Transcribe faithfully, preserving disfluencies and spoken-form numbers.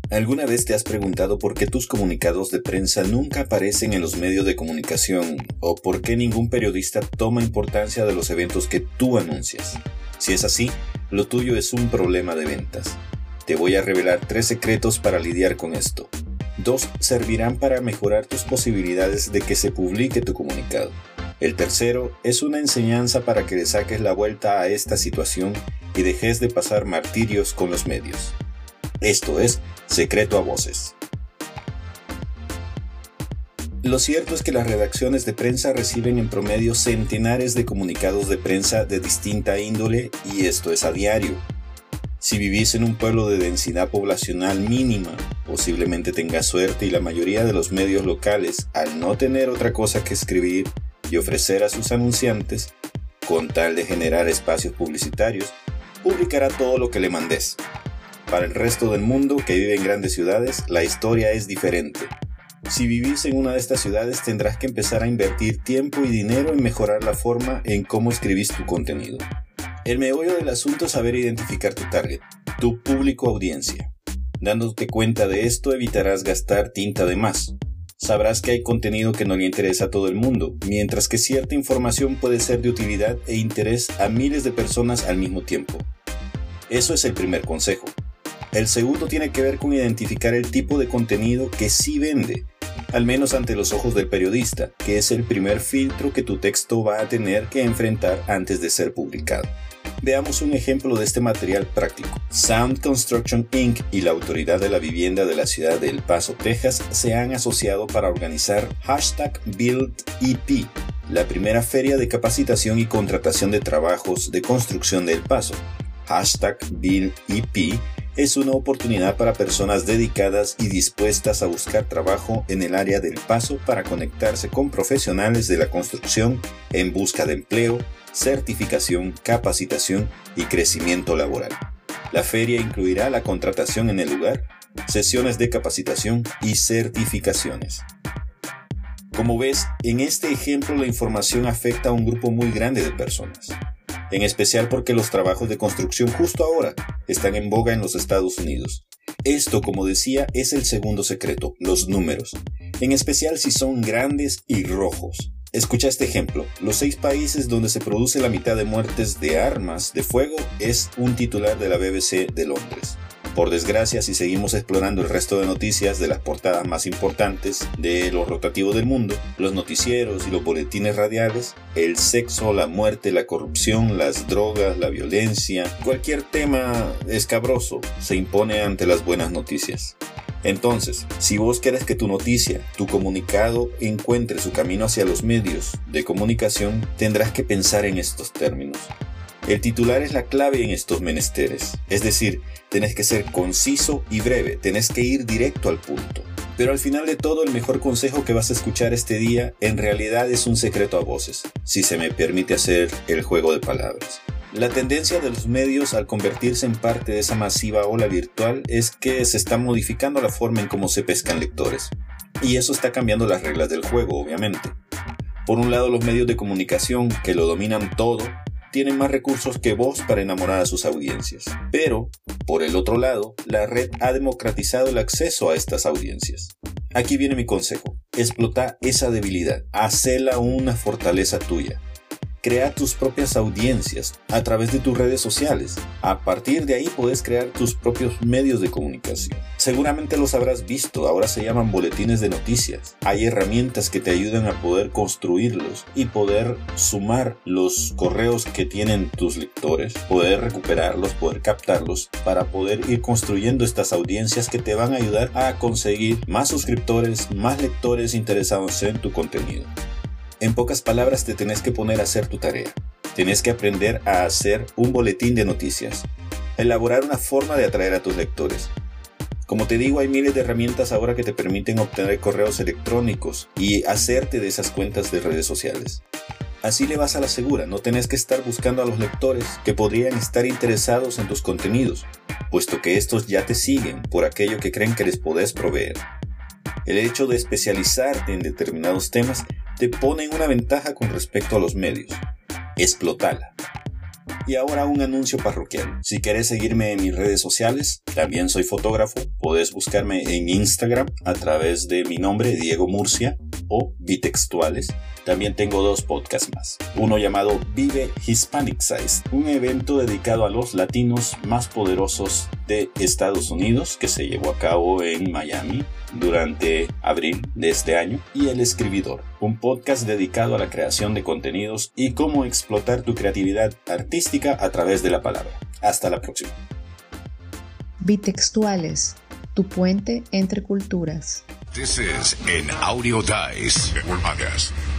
¿Alguna vez te has preguntado por qué tus comunicados de prensa nunca aparecen en los medios de comunicación o por qué ningún periodista toma importancia de los eventos que tú anuncias? Si es así, lo tuyo es un problema de ventas. Te voy a revelar tres secretos para lidiar con esto. Dos servirán para mejorar tus posibilidades de que se publique tu comunicado. El tercero es una enseñanza para que le saques la vuelta a esta situación y dejes de pasar martirios con los medios. Esto es Secreto a Voces. Lo cierto es que las redacciones de prensa reciben en promedio centenares de comunicados de prensa de distinta índole y esto es a diario. Si vivís en un pueblo de densidad poblacional mínima, posiblemente tengas suerte y la mayoría de los medios locales, al no tener otra cosa que escribir y ofrecer a sus anunciantes, con tal de generar espacios publicitarios, publicará todo lo que le mandes. Para el resto del mundo que vive en grandes ciudades, la historia es diferente. Si vivís en una de estas ciudades, tendrás que empezar a invertir tiempo y dinero en mejorar la forma en cómo escribís tu contenido. El meollo del asunto es saber identificar tu target, tu público audiencia. Dándote cuenta de esto, evitarás gastar tinta de más. Sabrás que hay contenido que no le interesa a todo el mundo, mientras que cierta información puede ser de utilidad e interés a miles de personas al mismo tiempo. Eso es el primer consejo. El segundo tiene que ver con identificar el tipo de contenido que sí vende, al menos ante los ojos del periodista, que es el primer filtro que tu texto va a tener que enfrentar antes de ser publicado. Veamos un ejemplo de este material práctico. Sound Construction incorporated y la Autoridad de la Vivienda de la ciudad de El Paso, Texas, se han asociado para organizar Hashtag Build E P, la primera feria de capacitación y contratación de trabajos de construcción de El Paso. Hashtag Build E P es una oportunidad para personas dedicadas y dispuestas a buscar trabajo en el área del Paso para conectarse con profesionales de la construcción en busca de empleo, certificación, capacitación y crecimiento laboral. La feria incluirá la contratación en el lugar, sesiones de capacitación y certificaciones. Como ves, en este ejemplo la información afecta a un grupo muy grande de personas. En especial porque los trabajos de construcción justo ahora están en boga en los Estados Unidos. Esto, como decía, es el segundo secreto, los números, en especial si son grandes y rojos. Escucha este ejemplo, los seis países donde se produce la mitad de muertes de armas de fuego es un titular de la B B C de Londres. Por desgracia, si seguimos explorando el resto de noticias de las portadas más importantes de lo rotativo del mundo, los noticieros y los boletines radiales, el sexo, la muerte, la corrupción, las drogas, la violencia, cualquier tema escabroso se impone ante las buenas noticias. Entonces, si vos querés que tu noticia, tu comunicado encuentre su camino hacia los medios de comunicación, tendrás que pensar en estos términos. El titular es la clave en estos menesteres, es decir, tenés que ser conciso y breve, tenés que ir directo al punto. Pero al final de todo, el mejor consejo que vas a escuchar este día en realidad es un secreto a voces, si se me permite hacer el juego de palabras. La tendencia de los medios al convertirse en parte de esa masiva ola virtual es que se está modificando la forma en cómo se pescan lectores. Y eso está cambiando las reglas del juego, obviamente. Por un lado, los medios de comunicación, que lo dominan todo, tienen más recursos que vos para enamorar a sus audiencias. Pero, por el otro lado, la red ha democratizado el acceso a estas audiencias. Aquí viene mi consejo. Explota esa debilidad. Hacela una fortaleza tuya. Crea tus propias audiencias a través de tus redes sociales. A partir de ahí puedes crear tus propios medios de comunicación. Seguramente los habrás visto, ahora se llaman boletines de noticias. Hay herramientas que te ayudan a poder construirlos y poder sumar los correos que tienen tus lectores, poder recuperarlos, poder captarlos para poder ir construyendo estas audiencias que te van a ayudar a conseguir más suscriptores, más lectores interesados en tu contenido. En pocas palabras, te tenés que poner a hacer tu tarea. Tenés que aprender a hacer un boletín de noticias. Elaborar una forma de atraer a tus lectores. Como te digo, hay miles de herramientas ahora que te permiten obtener correos electrónicos y hacerte de esas cuentas de redes sociales. Así le vas a la segura, no tenés que estar buscando a los lectores que podrían estar interesados en tus contenidos, puesto que estos ya te siguen por aquello que creen que les podés proveer. El hecho de especializarte en determinados temas te pone en una ventaja con respecto a los medios. Explótala. Y ahora un anuncio parroquial. Si querés seguirme en mis redes sociales, también soy fotógrafo, podés buscarme en Instagram a través de mi nombre, Diego Murcia, o Bitextuales. También tengo dos podcasts más. Uno llamado Vive Hispanic Size, un evento dedicado a los latinos más poderosos de Estados Unidos que se llevó a cabo en Miami durante abril de este año. Y El Escribidor, un podcast dedicado a la creación de contenidos y cómo explotar tu creatividad artística a través de la palabra. Hasta la próxima. Bitextuales, tu puente entre culturas. This is an Audio Dice Network podcast.